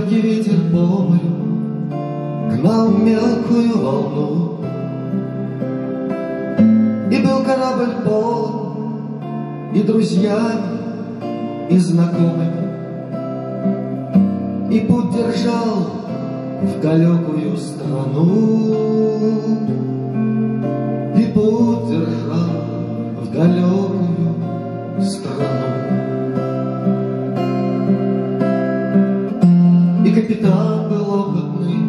Легкий ветер по морю гнал мелкую волну, и был корабль полон и друзьями, и знакомыми, и путь держал в далекую страну, и путь держал в далекую страну. И капитан был опытный,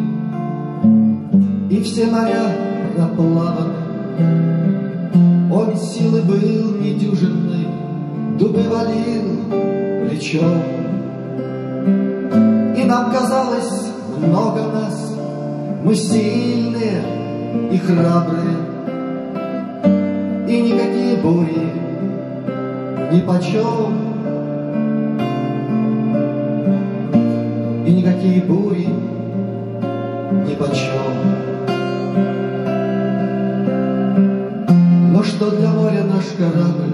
и все моря проплаваны. Он силы был недюжинной, дубы валил плечом. И нам казалось, много нас, мы сильные и храбрые, и никакие бури нипочем. И никакие бури нипочем. Но что для моря наш корабль?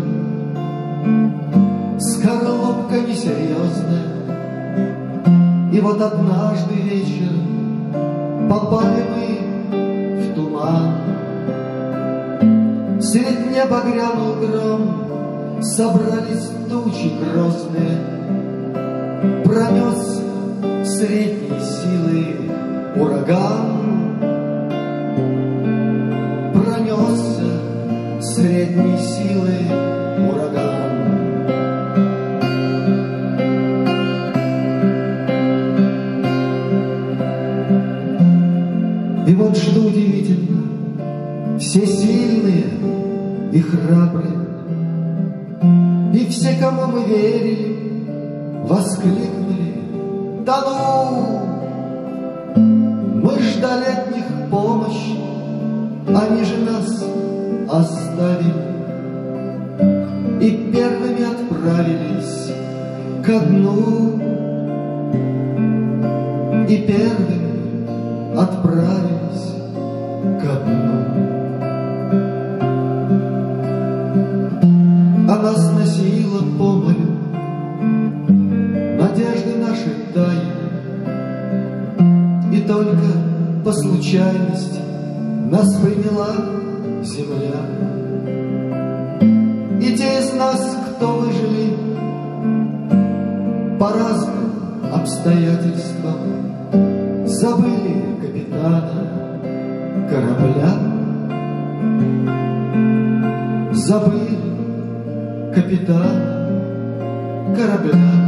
Скорлупка несерьезная. И вот однажды вечером попали мы в туман. Средь неба грянул гром, собрались тучи грозные. Пронес средней силы ураган, пронесся средней силы ураган. И вот что удивительно, все сильные и храбрые, и все, кому мы верили, воскликнули: да ну! Мы ждали от них помощи, они же нас оставили и первыми отправились ко дну, и первыми отправились ко дну. А нас носило по морю, надежды наши таяли, и только по случайности нас приняла земля. И те из нас, кто выжили по разным обстоятельствам, забыли капитана корабля, забыли капитана корабля.